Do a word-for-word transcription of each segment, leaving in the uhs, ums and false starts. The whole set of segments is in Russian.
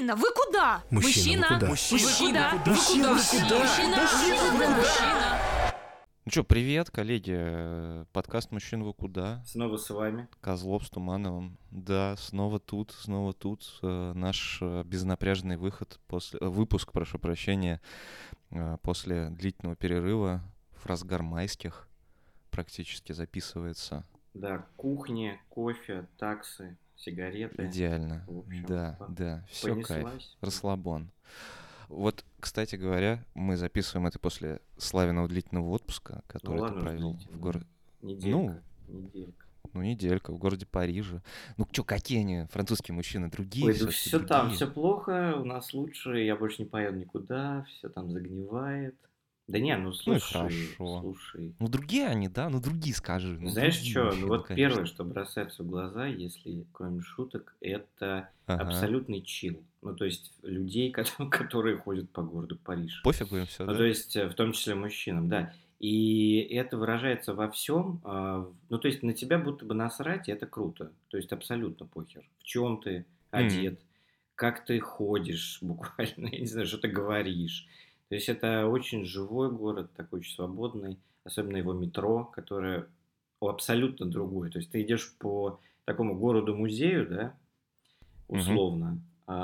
Мужчина, вы куда? Мужчина, вы куда? Мужчина, вы куда? Мужчина, Вы вы куда? куда? Мужчина, Мужчина, вы вы куда? Ну что, привет, коллеги. Подкаст «Мужчин, вы куда?» Снова с вами. Козлов с Тумановым. Да, снова тут, снова тут. Э, Наш э, безнапряжный выход после... э, выпуск, прошу прощения, э, после длительного перерыва в разгар майских практически записывается. Да, кухни, кофе, таксы, сигареты. Идеально. В общем, Да, по- да, все кайф. понеслась. Расслабон. Вот, кстати говоря, мы записываем это после Славиного длительного отпуска, Ну который ты ладно, провел ждите, в ну, городе. Неделька, неделька. Ну, неделька в городе Париже. Ну, чё, какие они, французские мужчины, другие Ой, да всё-таки, все там, другие. все плохо, у нас лучше, я больше не поеду никуда, все там загнивает. Да не, ну Ну и слушай, хорошо. слушай. Ну, другие они, да, ну, другие скажи. Ну, Знаешь другие что, ну мужчины, вот конечно. первое, что бросается в глаза, если кроме шуток, это Ага. абсолютный чил. Ну то есть людей, кото- которые ходят по городу Париж. Пофигу им все, Ну, да? то есть, э, в том числе мужчинам, да. И это выражается во всем. Ну, то есть, на тебя будто бы насрать, и это круто. То есть, абсолютно похер. В чем ты М. одет, как ты ходишь буквально, я не знаю, что ты говоришь. То есть, это очень живой город, такой очень свободный. Особенно его метро, которое о, абсолютно другое. То есть, ты идешь по такому городу-музею, да, Мгм. условно,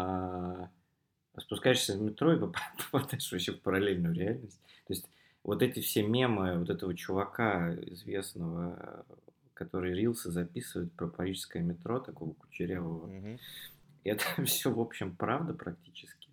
а спускаешься в метро и поп- попадаешь вообще в параллельную реальность. То есть вот эти все мемы вот этого чувака известного, э, который рилсы записывает про парижское метро, такого кучерявого, Мгм. это все, в общем, правда практически.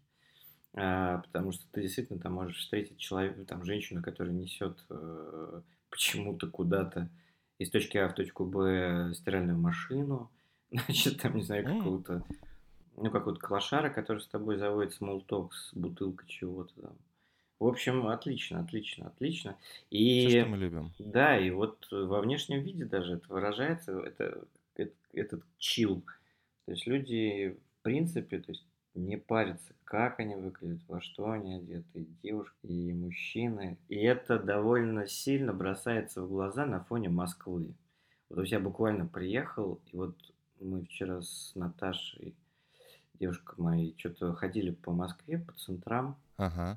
А, потому что ты действительно там можешь встретить человека, там, женщину, которая несет э, почему-то куда-то из точки А в точку Б стиральную машину, значит, там, не знаю, М. какого-то, ну, какого-то клошара, который с тобой заводит смолток с бутылкой чего-то там. В общем, отлично, отлично, отлично. Все, что мы И любим. да, и вот во внешнем виде даже это выражается, это, эт- этот чил. То есть люди, в принципе, то есть не парятся, как они выглядят, во что они одеты, и девушки, и мужчины. И это довольно сильно бросается в глаза на фоне Москвы. Вот то есть я буквально приехал, и вот мы вчера с Наташей, девушкой моей, что-то ходили по Москве, по центрам, Ага.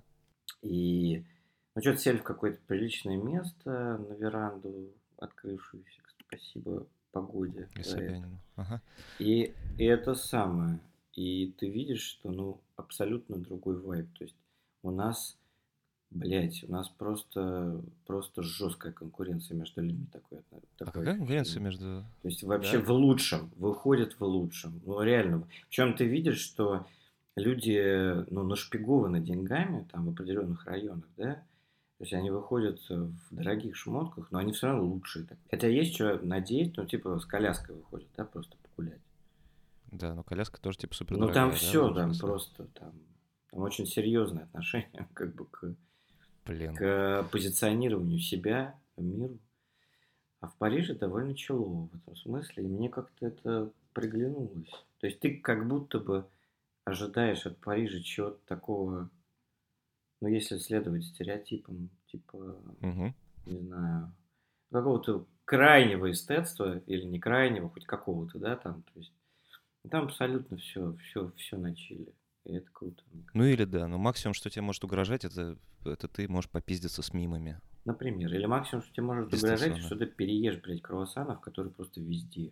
и ну, что-то сели в какое-то приличное место на веранду, открывшуюся, спасибо погоде И за это. Собянину. Ага. И, и это самое. И ты видишь, что, ну, абсолютно другой вайб. То есть у нас, блядь, у нас просто, просто жесткая конкуренция между людьми такое, А такое какая конкуренция ощущение. между... То есть вообще Да? в лучшем, выходит в лучшем. Ну, реально. Причем ты видишь, что люди, ну, нашпигованы деньгами там в определенных районах, да? То есть они выходят в дорогих шмотках, но они все равно лучшие. так. Хотя есть что надеть, ну, типа с коляской выходят, да, просто погулять. Да, но коляска тоже типа супер Ну, там дорогая, да, в все, этом там смысле? просто, там, там очень серьезное отношение как бы к, Блин. к позиционированию себя миру. А в Париже довольно чилово в этом смысле, и мне как-то это приглянулось. То есть ты как будто бы ожидаешь от Парижа чего-то такого, ну, если следовать стереотипам, типа, Мгм. не знаю, какого-то крайнего эстетства, или не крайнего, хоть какого-то, да, там, то есть, там абсолютно все, все, все на чиле, и это круто, мне кажется. Ну или да, но максимум, что тебе может угрожать, это, это ты можешь попиздиться с мимами. Например, или максимум, что тебе может угрожать, Дистанционно. что ты переешь, блядь, круассанов, которые просто везде.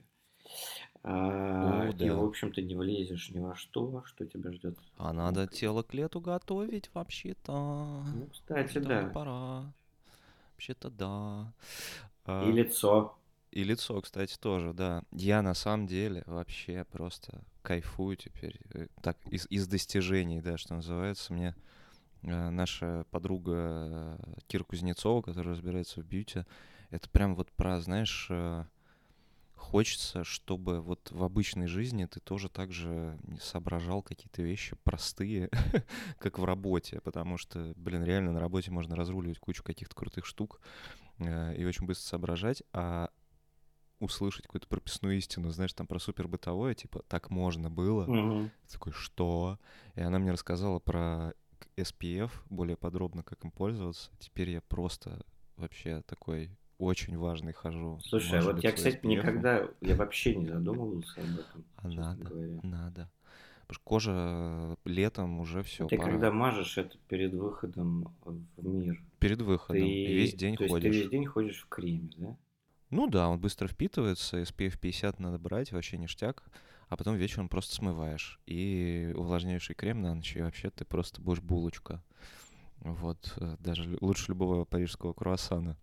А, О, и, в да. общем-то, не влезешь ни во что, что тебя ждет. А надо тело к лету готовить вообще-то. Ну, кстати, Давно да. пора. Вообще-то да. И А, лицо. И лицо, кстати, тоже, да. Я на самом деле вообще просто кайфую теперь. Э, Так, из, из достижений, да, что называется, мне э, наша подруга э, Кира Кузнецова, которая разбирается в бьюти, это прям вот про, знаешь, э, хочется, чтобы вот в обычной жизни ты тоже так же не соображал какие-то вещи простые, как в работе, потому что, блин, реально на работе можно разруливать кучу каких-то крутых штук э, и очень быстро соображать, а услышать какую-то прописную истину, знаешь, там про супербытовое, типа, так можно было. Мгм. Я такой, что? И она мне рассказала про к- эс пи эф более подробно, как им пользоваться. Теперь я просто вообще такой очень важный хожу. Слушай, а вот я, мажу лицо кстати, эс пи эф-ом. никогда, я вообще не задумывался об этом, А честно надо, говоря. надо. Потому что кожа летом уже А все, ты пора. когда мажешь это перед выходом в мир, Перед выходом. И весь ты, день то есть ты весь ходишь. день ходишь в креме, да? Ну да, он быстро впитывается, эс пи эф пятьдесят надо брать, вообще ништяк. А потом вечером просто смываешь. И увлажняющий крем на ночь, и вообще ты просто будешь булочка. Вот, э, даже лю- лучше любого парижского круассана.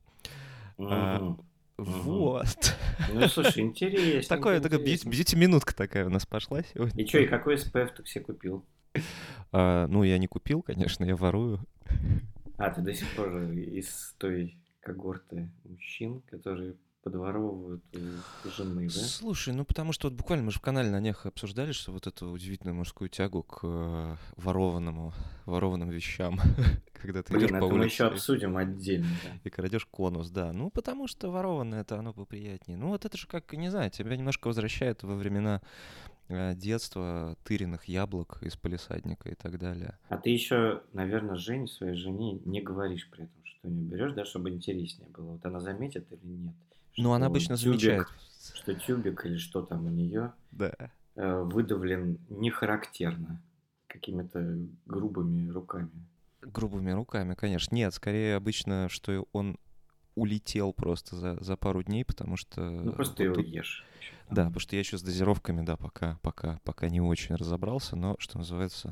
А, Угу, угу. вот. Ну, слушай, интересненько, Такое, такая бьюти- интересненько. бьюти-минутка такая у нас пошла И сегодня. что, и какой эс пэ эф ты себе купил? А, ну, я не купил, конечно, я ворую. А, ты до сих пор из той когорты мужчин, которые подворовывают у жены, да? Слушай, ну потому что вот буквально мы же в канале на них обсуждали, что вот эту удивительную мужскую тягу к э, ворованному, ворованным вещам, когда ты идешь Блин, по это мы еще улице обсудим отдельно, да. и крадешь конус, да. Ну потому что ворованное это оно поприятнее. Ну вот это же как, не знаю, тебя немножко возвращает во времена э, детства, тыренных яблок из палисадника и так далее. А ты еще, наверное, Жене, своей жене, не говоришь при этом, что не берешь, да, чтобы интереснее было. Вот она заметит или нет, Ну она что обычно замечает. тюбик, что тюбик или что там у нее Да. э, выдавлен не характерно, какими-то грубыми руками. Грубыми руками, конечно. Нет, скорее обычно, что он улетел просто за, за пару дней, потому что Ну, э, просто ты вот его тут. ешь еще Да, там. потому что я еще с дозировками, да, пока, пока, пока не очень разобрался, но, что называется,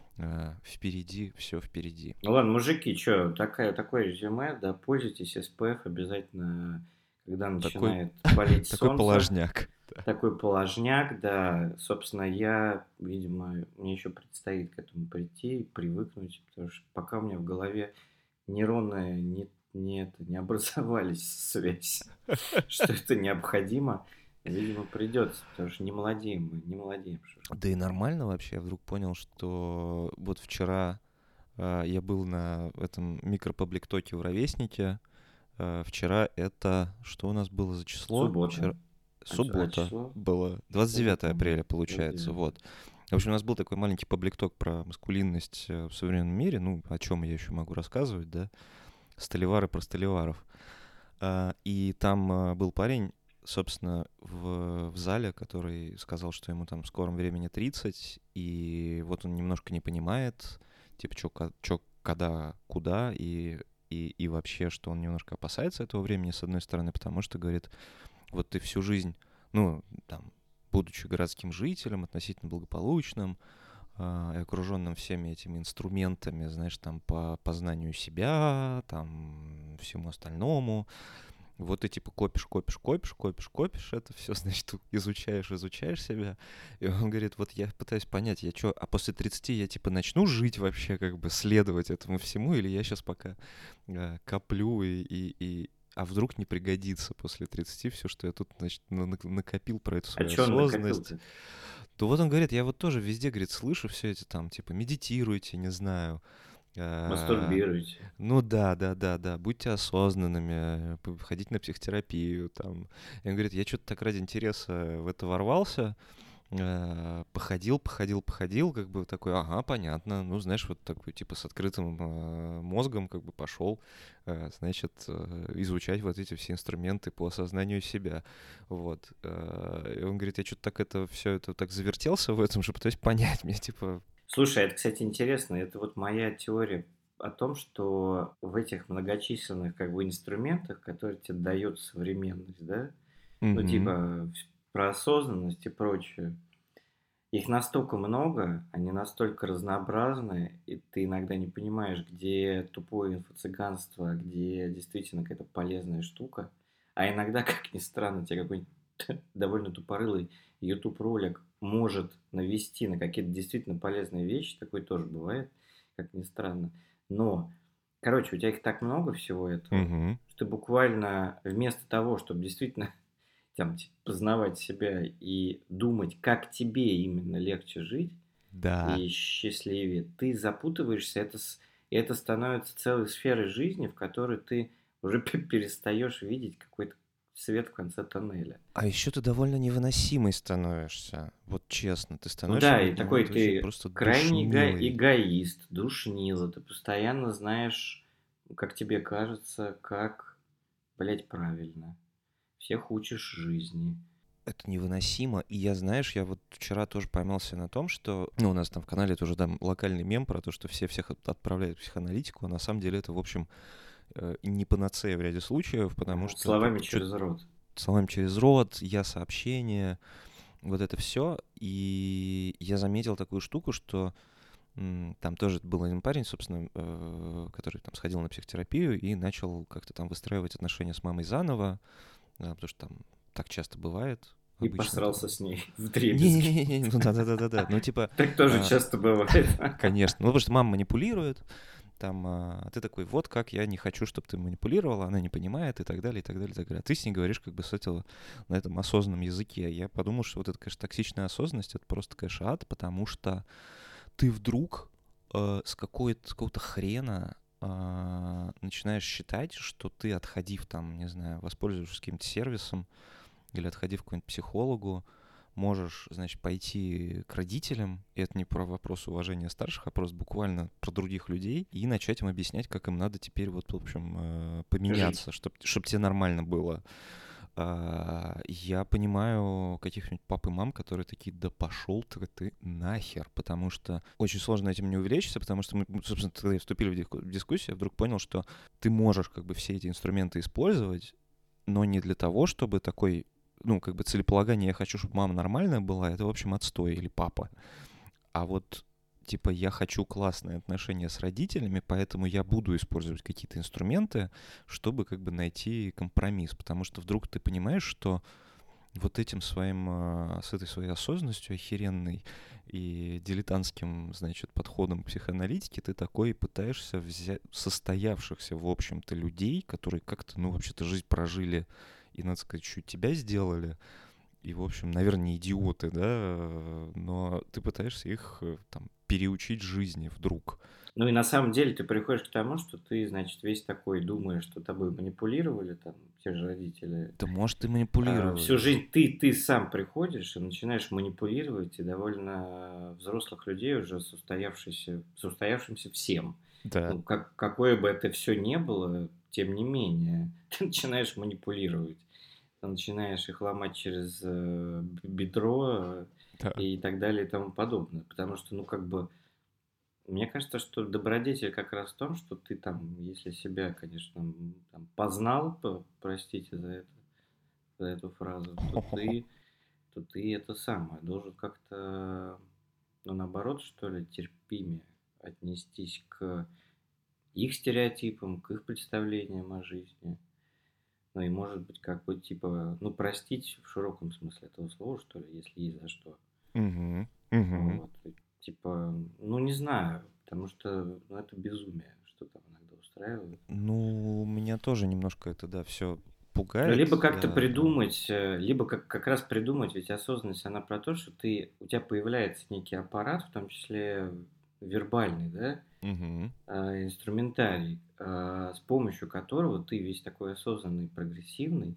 э, впереди, все впереди. Ну ладно, мужики, что, такая, такое резюме, да, пользуйтесь эс пэ эф обязательно, когда Такой, начинает палить такой солнце. положняк. Да. Такой положняк, да. Собственно, я, видимо, мне еще предстоит к этому прийти, привыкнуть, потому что пока у меня в голове нейроны не, не, это, не образовались связь, что это необходимо, видимо, придется, потому что не молодеем мы, не молодеем. Что ж. Да и нормально вообще, я вдруг понял, что вот вчера э, я был на этом микропабликтоке в Ровеснике. Э, вчера это, что у нас было за число? Суббота. Вчера А, ч- а суббота число? было, двадцать Число не девятое помню. апреля получается, двадцать девятое. вот. В общем, у нас был такой маленький пабликток про маскулинность э, в современном мире, ну, о чем я еще могу рассказывать, да, Столивары про Столиваров. А, И там а, был парень, собственно, в, в зале, который сказал, что ему там в скором времени тридцать, и вот он немножко не понимает, типа, что, когда, куда, и, и, и вообще, что он немножко опасается этого времени, с одной стороны, потому что, говорит, вот ты всю жизнь, ну, там, будучи городским жителем, относительно благополучным, а, и окруженным всеми этими инструментами, знаешь, там, по познанию себя, там, всему остальному, вот ты типа копишь, копишь, копишь, копишь, копишь, это все, значит, изучаешь, изучаешь себя. И он говорит, вот я пытаюсь понять, я что, а после тридцати я типа начну жить вообще, как бы следовать этому всему, или я сейчас пока э, коплю и, и, и... А вдруг не пригодится после тридцати все, что я тут, значит, на- на- накопил про эту А свою что он осознанность. накопил-то? То вот он говорит, я вот тоже везде, говорит, слышу все эти там, типа, медитируйте, не знаю, э, Мастурбируете. ну да, да, да, да, будьте осознанными, п- ходите на психотерапию, там. И он говорит, я что-то так ради интереса в это ворвался, э, походил, походил, походил, как бы такой, ага, понятно, ну, знаешь, вот такой, типа, с открытым э, мозгом, как бы пошел, э, значит, э, изучать вот эти все инструменты по осознанию себя, вот. Э, и он говорит, я что-то так это, все это так завертелся в этом, что пытаюсь понять, мне, типа, Слушай, это, кстати, интересно. Это вот моя теория о том, что в этих многочисленных как бы инструментах, которые тебе дает современность, да, ну угу, типа вс- про осознанность и прочее, их настолько много, они настолько разнообразны, и ты иногда не понимаешь, где тупое инфо-цыганство, а где действительно какая-то полезная штука. А иногда, как ни странно, тебе какой-нибудь довольно тупорылый YouTube ролик может навести на какие-то действительно полезные вещи, такое тоже бывает, как ни странно. Но, короче, у тебя их так много всего этого, угу, что ты буквально вместо того, чтобы действительно там, типа, познавать себя и думать, как тебе именно легче жить да. и счастливее, ты запутываешься, это, с- и это становится целой сферой жизни, в которой ты уже перестаешь видеть какой-то свет в конце тоннеля. А еще ты довольно невыносимый становишься. Вот честно, ты Ну становишься в да, и этот такой момент очень ты просто крайне эго- душнилый. эгоист, душнило, ты постоянно знаешь, как тебе кажется, как, блять, правильно. Всех учишь жизни. Это невыносимо. И я, знаешь, я вот вчера тоже поймался на том, что... Ну, у нас там в канале тоже там локальный мем про то, что все всех от- отправляют в психоаналитику, а на самом деле это, в общем, э, не панацея в ряде случаев, потому Ага, что тут словами чё- через рот. словами через рот, я сообщение, вот это все. И я заметил такую штуку, что м, там тоже был один парень, собственно, э, который там сходил на психотерапию и начал как-то там выстраивать отношения с мамой заново, да, потому что там так часто бывает. И Обычно там... посрался с ней вдребезги. Не-не-не, ну да-да-да-да-да. Ну типа, Так тоже а, часто бывает. конечно. Ну потому что мама манипулирует, там, а ты такой, вот как я не хочу, чтобы ты манипулировала, она не понимает и так далее, и так далее, и так далее. А ты с ней говоришь как бы с этого, на этом осознанном языке. Я подумал, что вот эта, конечно, токсичная осознанность, это просто, конечно, ад, потому что ты вдруг э, с, какой-то, с какого-то хрена э, начинаешь считать, что ты, отходив там, не знаю, воспользовавшись каким-то сервисом или отходив к какому-нибудь психологу, можешь, значит, пойти к родителям, и это не про вопрос уважения старших, а просто буквально про других людей, и начать им объяснять, как им надо теперь вот, в общем, э, Жить. поменяться, чтобы чтоб тебе нормально было. А, Я понимаю каких-нибудь пап и мам, которые такие, да пошел ты, ты нахер, потому что очень сложно этим не увлечься, потому что мы, собственно, когда вступили в диску- в дискуссию, я вдруг понял, что ты можешь как бы все эти инструменты использовать, но не для того, чтобы такой, ну, как бы целеполагание, я хочу, чтобы мама нормальная была, это, в общем, отстой, или папа. А вот, типа, я хочу классные отношения с родителями, поэтому я буду использовать какие-то инструменты, чтобы как бы найти компромисс. Потому что вдруг ты понимаешь, что вот этим своим, а, с этой своей осознанностью охеренной и дилетантским, значит, подходом к психоаналитике ты такой пытаешься взять состоявшихся, в общем-то, людей, которые как-то, ну, вообще-то жизнь прожили и, надо сказать, чуть тебя сделали, и, в общем, наверное, не идиоты, да, э, но ты пытаешься их э, там переучить жизни вдруг. Ну и на самом деле ты приходишь к тому, что ты, значит, весь такой думаешь, что тобой манипулировали, там, те же родители. Да может и А, всю манипулировали. жизнь ты, ты сам приходишь и начинаешь манипулировать, и довольно взрослых людей уже с устоявшейся, с устоявшимся всем. Да. Ну, как, какое бы это все ни было, тем не менее, ты начинаешь манипулировать. Ты начинаешь их ломать через э, б- бедро э, Да. и так далее и тому подобное. Потому что, ну, как бы, мне кажется, что добродетель как раз в том, что ты там, если себя, конечно, м, там, познал, п- простите за это, за эту фразу, то ты, то ты это самое должен как-то, ну, наоборот, что ли, терпимее отнестись к их стереотипам, к их представлениям о жизни. Ну и может быть как бы типа, ну простить в широком смысле этого слова, что ли, если есть за что. Мгм. Мгм. Вот. И типа, ну не знаю, потому что ну, это безумие, что там иногда устраивают. Ну, меня тоже немножко это, да, все Ну, пугает, либо как-то да, но... придумать, э, либо как, как раз придумать, ведь осознанность, она про то, что ты, у тебя появляется некий аппарат, в том числе вербальный, да, Мгм. а, инструментарий, а, с помощью которого ты весь такой осознанный, прогрессивный,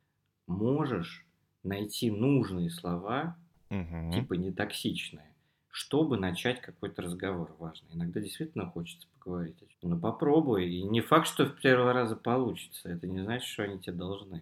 можешь найти нужные слова, Мгм. типа нетоксичные, чтобы начать какой-то разговор важный. Иногда действительно хочется поговорить о чём-то. Ну попробуй. И не факт, что в первого раза получится. Это не значит, что они тебе должны.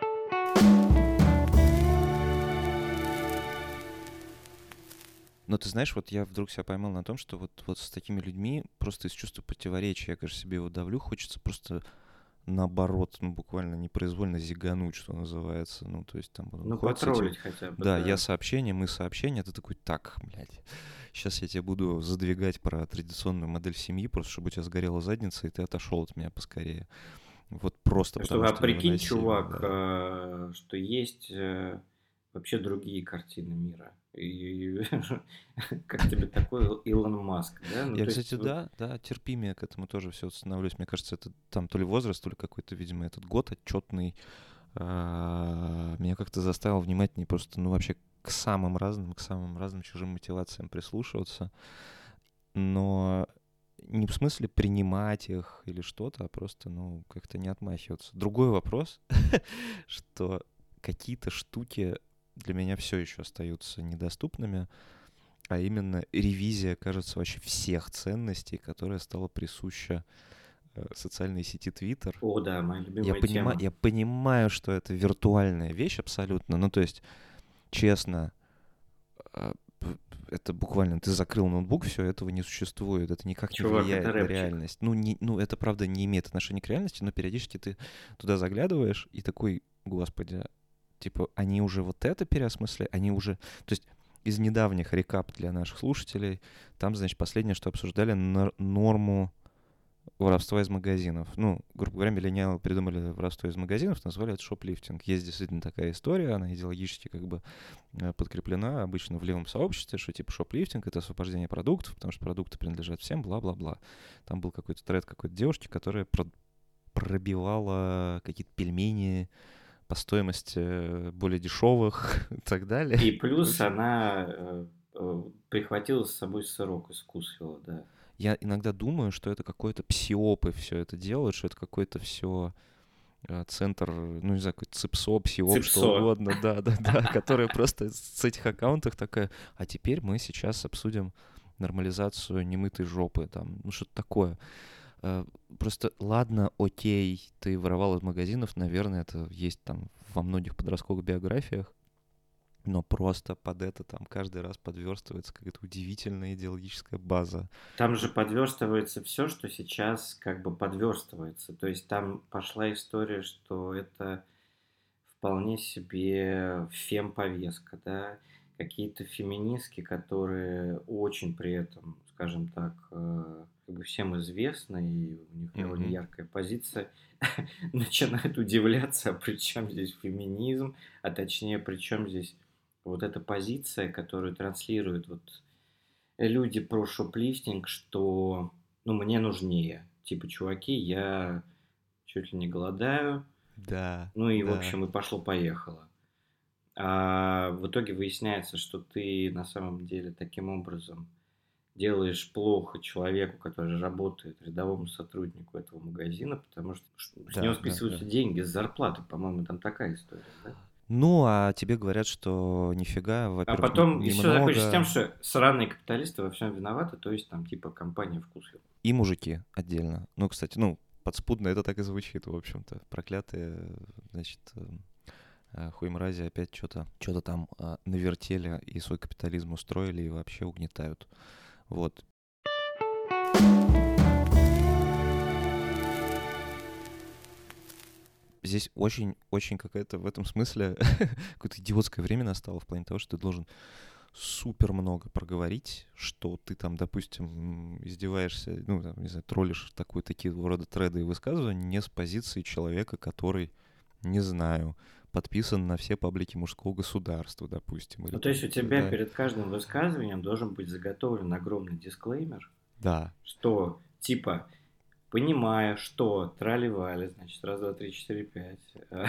Но ты знаешь, вот я вдруг себя поймал на том, что вот, вот с такими людьми просто из чувства противоречия, я, конечно, себе его давлю, хочется просто наоборот, ну, буквально непроизвольно зигануть, что называется. Ну, то есть там он Ну, ходит с этим, потроллить хотя бы, да, я да. сообщение, мы сообщение, ты такой, так, блядь, сейчас я тебе буду задвигать про традиционную модель семьи, просто чтобы у тебя сгорела задница, и ты отошел от меня поскорее. Вот просто Что, потому а что прикинь, невыносимо, чувак, да. э, что есть э, вообще другие картины мира. И как тебе такой Илон Маск, да? Ну, Я, то есть, кстати, вот, да, да, терпимее к этому тоже все становлюсь. Мне кажется, это там то ли возраст, то ли какой-то, видимо, этот год отчетный а, меня как-то заставил внимательнее просто, ну, вообще к самым разным, к самым разным чужим мотивациям прислушиваться. Но не в смысле принимать их или что-то, а просто, ну, как-то не отмахиваться. Другой вопрос, что какие-то штуки для меня все еще остаются недоступными, а именно ревизия, кажется, вообще всех ценностей, которая стала присуща э, социальной сети Twitter. О, да, моя Я любимая понимаю, тема. я понимаю, что это виртуальная вещь абсолютно. Ну, то есть, честно, а, п- это буквально ты закрыл ноутбук, все, этого не существует. Это никак не Чувак, это влияет на рэпчик. реальность. Ну, не, ну, это правда не имеет отношения к реальности, но периодически ты туда заглядываешь и такой, господи, типа, они уже вот это переосмыслили, они уже... То есть из недавних рекап для наших слушателей, там, значит, последнее, что обсуждали, нор- норму воровства из магазинов. Ну, грубо говоря, миллениалы придумали воровство из магазинов, назвали это шоплифтинг. Есть действительно такая история, она идеологически как бы э, подкреплена обычно в левом сообществе, что типа шоплифтинг — это освобождение продуктов, потому что продукты принадлежат всем, бла-бла-бла. Там был какой-то тред какой-то девушки, которая про- пробивала какие-то пельмени по стоимости э, более дешевых и так далее. И плюс Короче, она э, э, прихватила с собой сырок из вкусвилла, да. я иногда думаю, что это какой-то псиопы все это делают, что это какой-то все центр, ну не знаю, какой-то ЦИПСО, ПСИОП, что Ципсо. угодно, да-да-да, которая просто с этих аккаунтах такая, а теперь мы сейчас обсудим нормализацию немытой жопы, там, ну что-то такое. Э, Просто, ладно, окей, ты воровал из магазинов, наверное, это есть там во многих подростковых биографиях, но просто под это там каждый раз подверстывается какая-то удивительная идеологическая база. Там же подверстывается все, что сейчас как бы подверстывается. То есть там пошла история, что это вполне себе фемповестка, да, какие-то феминистки, которые очень при этом, скажем так, э, как бы всем известны, и у них довольно Мгм. яркая позиция, начинают удивляться, а при чем здесь феминизм, а точнее, при чем здесь вот эта позиция, которую транслируют вот люди про шоплифтинг, что, ну, мне нужнее. Типа, чуваки, я чуть ли не голодаю, Да, ну и, в да. общем, и пошло-поехало. А в итоге выясняется, что ты на самом деле таким образом делаешь плохо человеку, который работает, рядовому сотруднику этого магазина, потому что ш- с него Да, да, списываются да. деньги с зарплаты, по-моему, там такая история, да? Ну, а тебе говорят, что нифига, А во-первых, не- потом и все закончится тем, немного, что сраные капиталисты во всем виноваты, то есть там типа компания «Вкусвилл». и мужики отдельно. Ну, кстати, ну, подспудно это так и звучит, в общем-то. Проклятые, значит, э, э, хуй-мрази опять что-то что-то там э, навертели и свой капитализм устроили и вообще угнетают. Вот. Здесь очень-очень какая-то в этом смысле какое-то идиотское время настало в плане того, что ты должен супер много проговорить, что ты там, допустим, издеваешься, ну, там, не знаю, троллишь такой, такие рода треды и высказывания не с позиции человека, который, не знаю, подписан на все паблики мужского государства, допустим, или Ну, то есть там, у т- тебя да, перед каждым высказыванием должен быть заготовлен огромный дисклеймер, да, что типа понимая, что трали-вали, значит, раз, два, три, четыре, пять.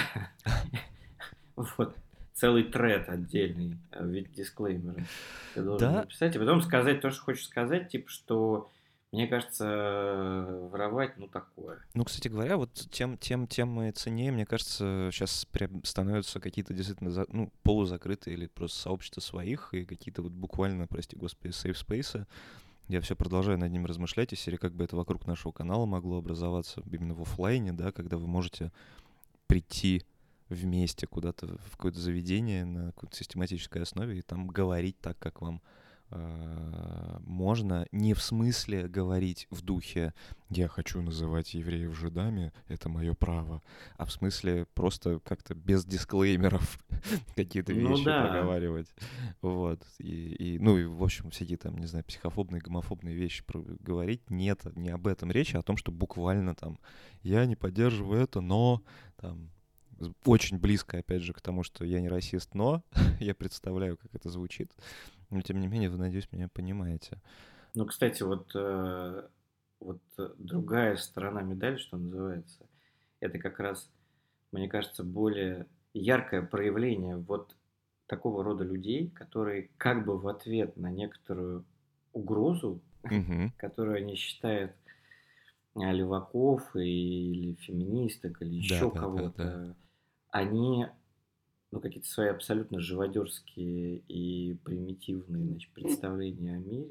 Вот. Целый тред отдельный э, в виде дисклеймера ты должен да. написать, и потом сказать то, что хочешь сказать, типа, что мне кажется, воровать, ну, такое. Ну, кстати говоря, вот тем, тем, тем мы ценнее, мне кажется, сейчас прям становятся какие-то действительно за- ну, полузакрытые или просто сообщества своих и какие-то вот буквально, прости господи, сейф-спейсы. Я все продолжаю над ним размышлять, из серии, как бы это вокруг нашего канала могло образоваться именно в оффлайне, да, когда вы можете прийти вместе куда-то в какое-то заведение на какой-то систематической основе и там говорить так, как вам э, можно, не в смысле говорить в духе «я хочу называть евреев жидами, это мое право», а в смысле просто как-то без дисклеймеров какие-то Ну вещи да, проговаривать. Вот. И, и, ну и, в общем, всякие там, не знаю, психофобные, гомофобные вещи про- говорить. Нет, не об этом речи, а о том, что буквально там «я не поддерживаю это, но...» там з- очень близко, опять же, к тому, что я не расист, но я представляю, как это звучит. Но, тем не менее, вы, надеюсь, меня понимаете. ну, кстати, вот, э, вот э, другая сторона медали, что называется, это как раз, мне кажется, более яркое проявление вот такого рода людей, которые как бы в ответ на некоторую угрозу, Мгм. которую они считают а, леваков или феминисток или Да, еще да, да, да. кого-то, они ну, какие-то свои абсолютно живодерские и примитивные значит, представления о мире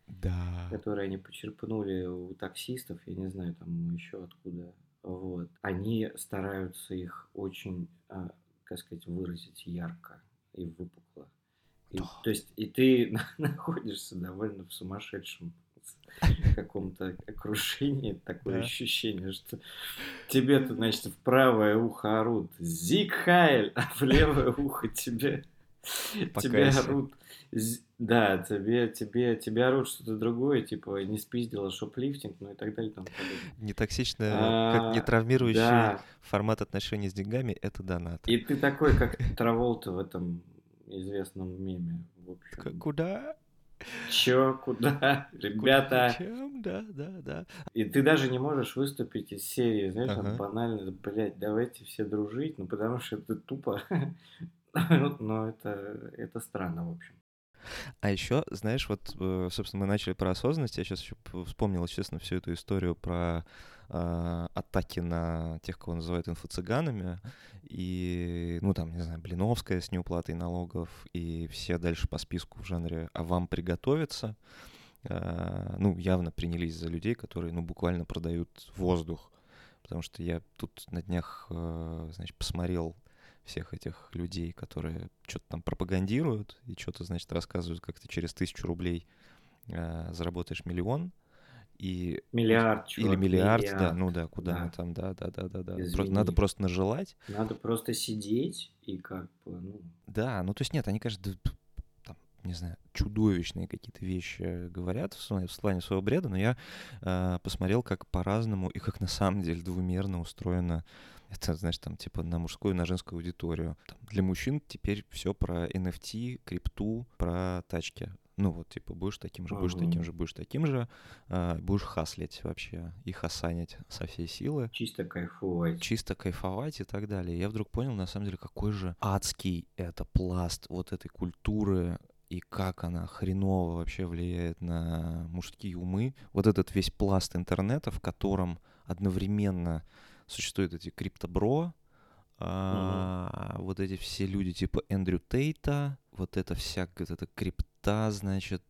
Да. которые они почерпнули у таксистов, я не знаю, там еще откуда. Вот. Они стараются их очень, а, как сказать, выразить ярко и выпукло. И, Да. то есть, и ты находишься довольно в сумасшедшем каком-то окружении, такое Да. ощущение, что тебе-то, значит, в правое ухо орут «Зиг Хайль», а в левое ухо тебе, тебе Покайся. орут, з- да, тебе, тебе, тебе орут что-то другое, типа не спиздила шоплифтинг, ну и так далее и тому подобное. Нетоксичный, как не А, травмирующий да, формат отношений с деньгами — это донаты. и ты такой, как Траволта в этом известном меме, в Такой, общем. куда? Чё, куда, Куда, ребята? зачем? Да, да, да. И ты даже не можешь выступить из серии, знаешь, там Ага. банально, блядь, давайте все дружить, ну потому что это тупо. Ну, но это, это странно, в общем. А еще, знаешь, вот, э, собственно, мы начали про осознанность. Я сейчас еще вспомнил, естественно, всю эту историю про а, атаки на тех, кого называют инфо-цыганами. И, ну, там, не знаю, Блиновская с неуплатой налогов, и все дальше по списку в жанре «а вам приготовиться». А, ну, явно принялись за людей, которые, ну, буквально продают воздух. Потому что я тут на днях, э, значит, посмотрел всех этих людей, которые что-то там пропагандируют и что-то, значит, рассказывают, как ты через тысячу рублей э, заработаешь миллион. И у т- Миллиард, или чувак, миллиард, да, миллиард, ну да, куда мы да, там, да, да, да, да, да. Про- надо извини. просто нажелать. Надо просто сидеть и как бы, ну, Да, ну то есть нет, они, конечно, д- п- там, не знаю, чудовищные какие-то вещи говорят в сла- в плане своего бреда, но я э, посмотрел, как по-разному и как на самом деле двумерно устроено это, знаешь, там типа на мужскую и на женскую аудиторию. Там, для мужчин теперь все про эн эф ти, крипту, про тачки. Ну вот, типа, будешь таким же, будешь таким мгм. же, будешь таким же, э, будешь хаслить вообще и хасанить со всей силы, Чисто кайфовать. чисто кайфовать и так далее. Я вдруг понял, на самом деле, какой же адский это пласт вот этой культуры и как она хреново вообще влияет на мужские умы. Вот этот весь пласт интернета, в котором одновременно существуют эти криптобро, Мгм. а, вот эти все люди типа Эндрю Тейта, вот эта вся вот эта крипта, значит,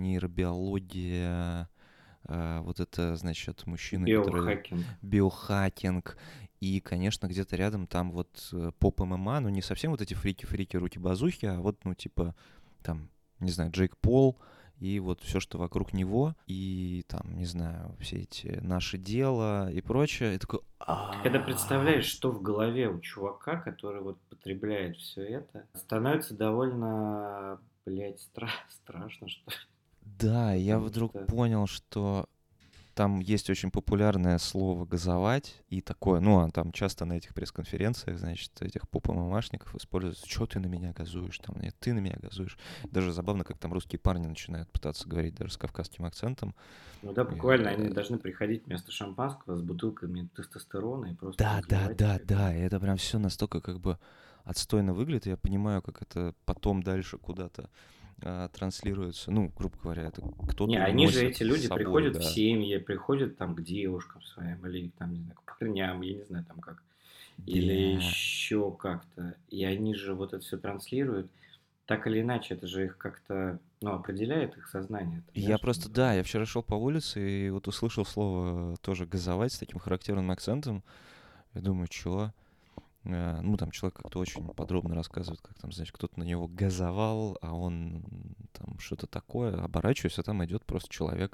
нейробиология, а, вот это, значит, мужчины, которые Биохакинг. биохакинг, и, конечно, где-то рядом там вот э, поп-ММА, ну не совсем вот эти фрики-фрики, руки-базухи, а вот, ну типа, там, не знаю, Джейк Пол, и вот все, что вокруг него, и там, не знаю, все эти «Наше дело» и прочее, и такой, Ты когда а представляешь, что в голове у чувака, который вот потребляет все это, становится довольно, блядь, стра- страшно, что ли. да, я Потому вдруг что, понял, что там есть очень популярное слово «газовать» и такое, ну, а там часто на этих пресс-конференциях, значит, этих поп-мамашников используют, что ты на меня газуешь, там, нет, ты на меня газуешь. Даже забавно, как там русские парни начинают пытаться говорить даже с кавказским акцентом. ну да, буквально они Э, должны приходить вместо шампанского с бутылками тестостерона и просто Да, да, разливать да, их. да, и это прям все настолько как бы отстойно выглядит, я понимаю, как это потом дальше куда-то а, транслируется. Ну, грубо говоря, это Не, кто-то они же, уносит эти с люди, собой, приходят в да. семьи, приходят там к девушкам своим или там, не знаю, к парням, я не знаю там как, или Бля. еще как-то. И они же вот это все транслируют. Так или иначе, это же их как-то, ну, определяет их сознание. Ты Я знаешь, что просто, да, я называется? вчера шел по улице и вот услышал слово тоже «газовать» с таким характерным акцентом. Я думаю, чё? Э, Ну, там человек как-то очень подробно рассказывает, как там, значит, кто-то на него газовал, а он там что-то такое. Оборачиваюсь, а там идет просто человек,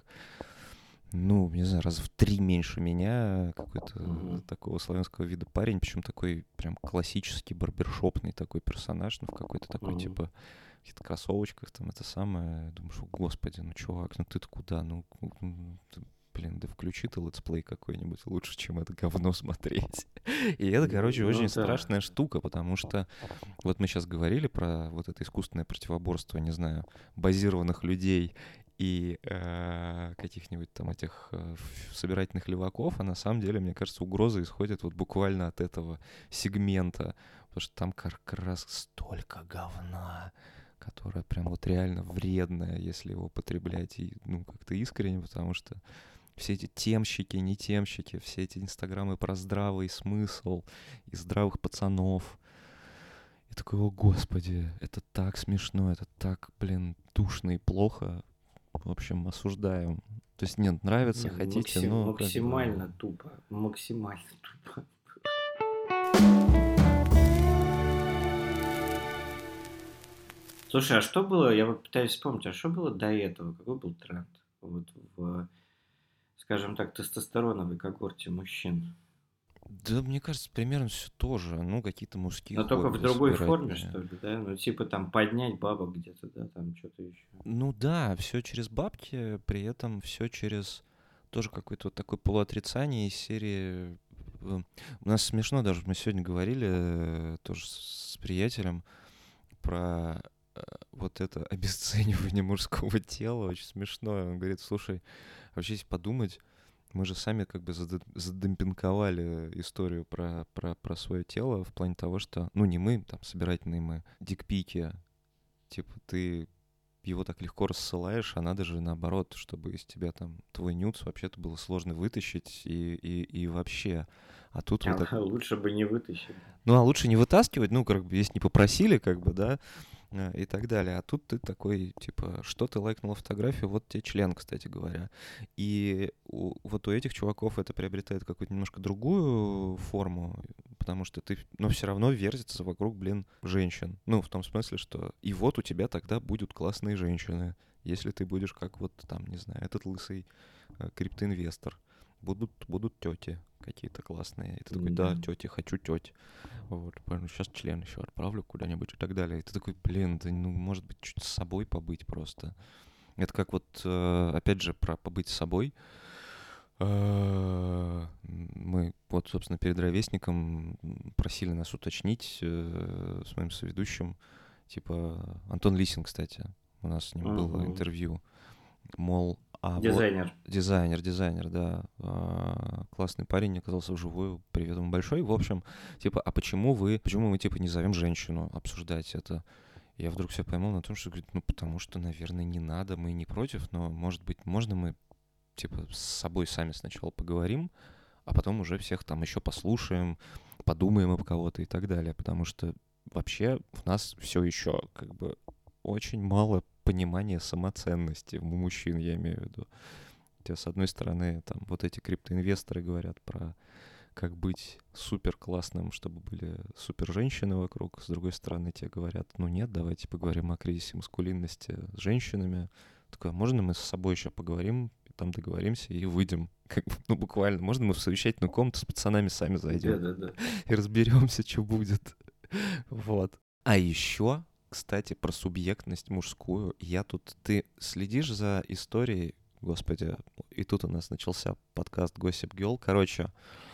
ну, не знаю, раз в три меньше меня, какой-то Мгм. такого славянского вида парень, причем такой прям классический барбершопный такой персонаж, ну, в какой-то такой, Мгм. типа, в каких-то кроссовочках, там, это самое. Думаешь, о, господи, ну, чувак, ну ты-то куда? Ну, м, ты, блин, да включи ты летсплей какой-нибудь лучше, чем это говно смотреть. И это, короче, Ну очень да. страшная штука, потому что вот мы сейчас говорили про вот это искусственное противоборство, не знаю, базированных людей и э, каких-нибудь там этих э, ф- собирательных леваков, а на самом деле, мне кажется, угроза исходит вот буквально от этого сегмента, потому что там как раз столько говна, которое прям вот реально вредное, если его потреблять и, ну, как-то искренне, потому что все эти темщики, не темщики, все эти инстаграмы про здравый смысл и здравых пацанов. И такой, о господи, это так смешно, это так, блин, душно и плохо. В общем, осуждаем. То есть, нет, нравится, Не, ну хотите, максим, но как бы... максимально тупо. Максимально тупо. Слушай, а что было, я вот пытаюсь вспомнить, а что было до этого? Какой был тренд? Вот в, скажем так, тестостероновой когорте мужчин. Да, мне кажется, примерно все то же. Ну, какие-то мужские Но только в хобби другой форме, собирательные. что ли, да? Ну, типа там поднять бабок где-то, да, там что-то еще. Ну да, все через бабки, при этом все через тоже какое-то вот такое полуотрицание из серии. э, У нас смешно даже, мы сегодня говорили э, тоже с с приятелем про э, вот это обесценивание мужского тела, очень смешно. Он говорит, слушай, вообще если подумать, мы же сами как бы зада- задемпинговали историю про, про, про свое тело в плане того, что, ну не мы, там, собирательные мы, дикпики, типа ты его так легко рассылаешь, а надо же наоборот, чтобы из тебя там твой нюц вообще-то было сложно вытащить и, и, и вообще. А тут вы так... А лучше бы не вытащили. Ну, а лучше не вытаскивать, ну, как бы, если не попросили, как бы, да, э, и так далее. А тут ты такой, типа, что ты лайкнул фотографию, вот тебе член, кстати говоря. И у- вот у этих чуваков это приобретает какую-то немножко другую форму, потому что ты, ну, все равно вертится вокруг, блин, женщин. Ну, в том смысле, что и вот у тебя тогда будут классные женщины, если ты будешь как вот там, не знаю, этот лысый э, криптоинвестор. Будут, будут тети какие-то классные. И ты такой, да, Да. тети, хочу теть. Вот, поэтому сейчас член еще отправлю куда-нибудь и так далее. И ты такой, блин, да, ну, может быть, чуть с собой побыть просто. Это как вот, э, опять же, про побыть с собой. Э, Мы вот, собственно, перед ровесником просили нас уточнить э, с моим соведущим, типа, Антон Лисин, кстати, у нас с ним было Мгм. интервью, мол, а вот Дизайнер. дизайнер, дизайнер, да, а, классный парень оказался вживую, привет ему большой. В общем, типа, а почему вы, почему мы, типа, не зовем женщину обсуждать это? Я вдруг все поймал на том, что, говорит, ну, потому что, наверное, не надо, мы не против, но, может быть, можно мы, типа, с собой сами сначала поговорим, а потом уже всех там еще послушаем, подумаем об кого-то и так далее, потому что вообще в нас все еще как бы очень мало понимания самоценности у мужчин, я имею в виду. Те, с одной стороны, там вот эти криптоинвесторы говорят про как быть супер классным, чтобы были супер женщины вокруг. С другой стороны, те говорят, ну нет, давайте поговорим о кризисе маскулинности с женщинами. Такое, можно мы с собой еще поговорим, там договоримся и выйдем. Как бы, ну, буквально. Можно мы в совещательную комнату с пацанами сами зайдем Да-да-да. и разберемся, что будет. Вот. А еще, кстати, про субъектность мужскую. Я тут... Ты следишь за историей, господи, и тут у нас начался подкаст Gossip Girl. Короче,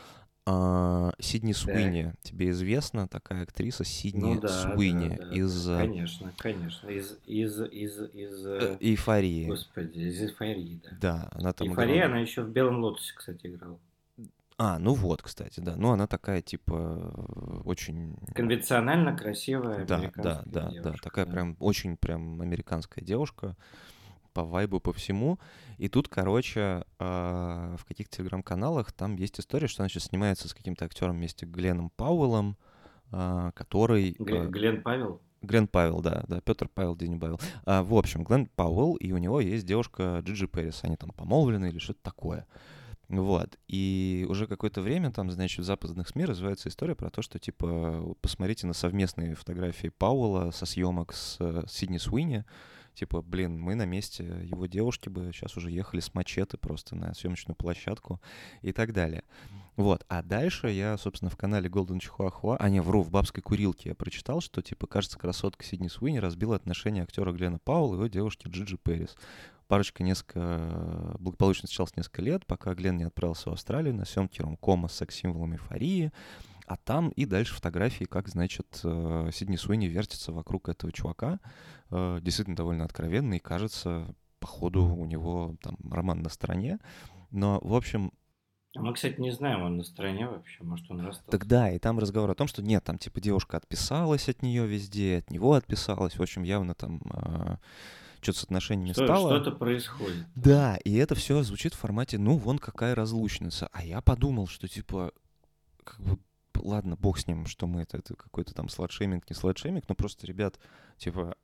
а, Сидни Так. Суини. Тебе известна такая актриса Ну Сидни да, да, Суини да, из да. э, Конечно, конечно. Из, из, из, из, э, э, «Эйфории»? господи, из эйфории, да. Да, она там Эйфория, играла... она еще в Белом лотосе, кстати, играла. А, ну вот, кстати, да. Ну, она такая, типа, э, очень... Конвенционально красивая Да, да, американская да, да. девушка, Такая да. прям, очень прям американская девушка. По вайбу, по всему. И тут, короче, а, в каких-то телеграм-каналах там есть история, что она сейчас снимается с каким-то актером вместе Гленном Пауэллом, а, который... Гле- а, Глен Павел? Глен Павел, да, да, Петр Павел, Дени Павел. А, в общем, Глен Пауэлл, и у него есть девушка Джиджи Пэрис. Они там помолвлены или что-то такое. Вот. И уже какое-то время там, значит, в западных СМИ развивается история про то, что, типа, посмотрите на совместные фотографии Пауэлла со съемок с э, Сидни Суини. Типа, блин, мы на месте его девушки бы сейчас уже ехали с мачете просто на съемочную площадку и так далее. Вот. А дальше я, собственно, в канале Golden Chihuahua, а не, вру, в «Бабской курилке» я прочитал, что, типа, кажется, красотка Сидни Суини разбила отношения актера Глена Пауэлла и его девушки Джиджи Пэрис. Парочка несколько благополучно встречалась несколько лет, пока Глен не отправился в Австралию на съемки ромкома с секс-символом эйфории. А там и дальше фотографии, как, значит, э, Сидни Суини вертится вокруг этого чувака. Э, Действительно довольно откровенно, и кажется, походу, у него там роман на стороне. Но, в общем, А мы, кстати, не знаем, он на стороне вообще, может, он расстался. тогда и там разговор о том, что нет, там типа девушка отписалась от нее везде, от него отписалась. В общем, явно там э, что-то с отношениями Что, стало. что-то происходит. Да, и это все звучит в формате, ну, вон какая разлучница. А я подумал, что, типа, как бы, ладно, бог с ним, что мы это, это какой-то там сладшейминг, не сладшейминг, но просто, ребят, типа,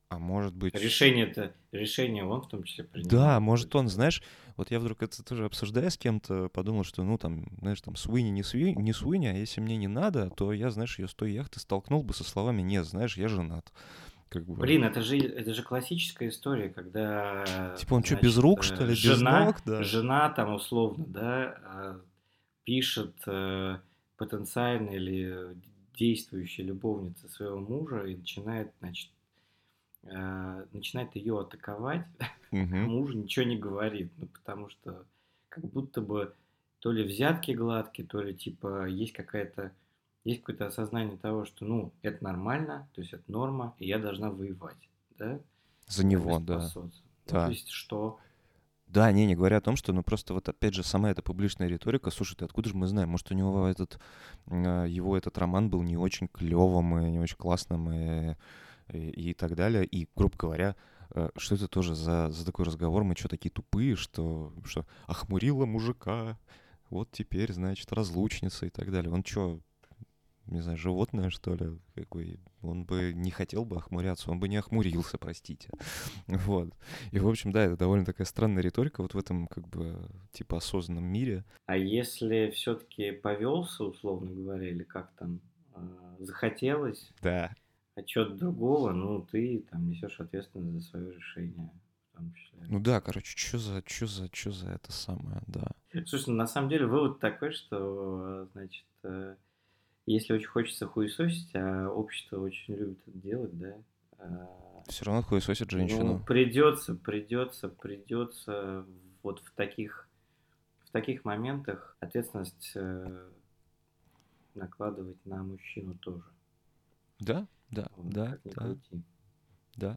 А может быть... Решение-то, решение он в том числе Да, принимает. То может он, есть, знаешь, вот я вдруг это тоже обсуждая с кем-то, подумал, что, ну, там, знаешь, там, Суини не, Суи, не Суини, а если мне не надо, то я, знаешь, ее с той яхты столкнул бы со словами «нет, знаешь, я женат». Как бы, блин, это же, это же классическая история, когда, типа, он что, без значит, рук, что э, ли, без жена, ног, да? жена там условно, да, а, пишет э, потенциальной или действующей любовнице своего мужа и начинает, значит, э, начинает ее атаковать, а Угу, муж ничего не говорит, ну, потому что как будто бы то ли взятки гладкие, то ли типа есть какая-то, есть какое-то осознание того, что, ну, это нормально, то есть это норма, и я должна воевать, да, за а него, вместо да, поссориться. Ну, то да. есть что? Да, не, не говоря о том, что, ну, просто вот опять же сама эта публичная риторика, слушай, ты откуда же мы знаем, может, у него этот, а, его этот роман был не очень клевым и не очень классным и, и, и так далее, и, грубо говоря, э, что это тоже за, за такой разговор, мы что, такие тупые, что, что охмурила мужика, вот теперь, значит, разлучница и так далее. Он что, не знаю, животное, что ли? Как бы он бы не хотел бы охмуряться, он бы не охмурился, простите. Вот. И, в общем, да, это довольно такая странная риторика вот в этом, как бы, типа, осознанном мире. А если все-таки повелся, условно говоря, или как там, э, захотелось, Да. а чего-то другого, ну, ты там несешь ответственность за свое решение, в том числе. Ну да, короче, что за, что за, что за это самое, да. Слушай, ну, на самом деле вывод такой, что, значит, э, если очень хочется хуесосить, а общество очень любит это делать, да, а, Все равно хуесосит ну, женщину. придется, придется, придется вот в таких, в таких моментах ответственность э, накладывать на мужчину тоже. Да, да, Вот, да, как ни да, крути. да.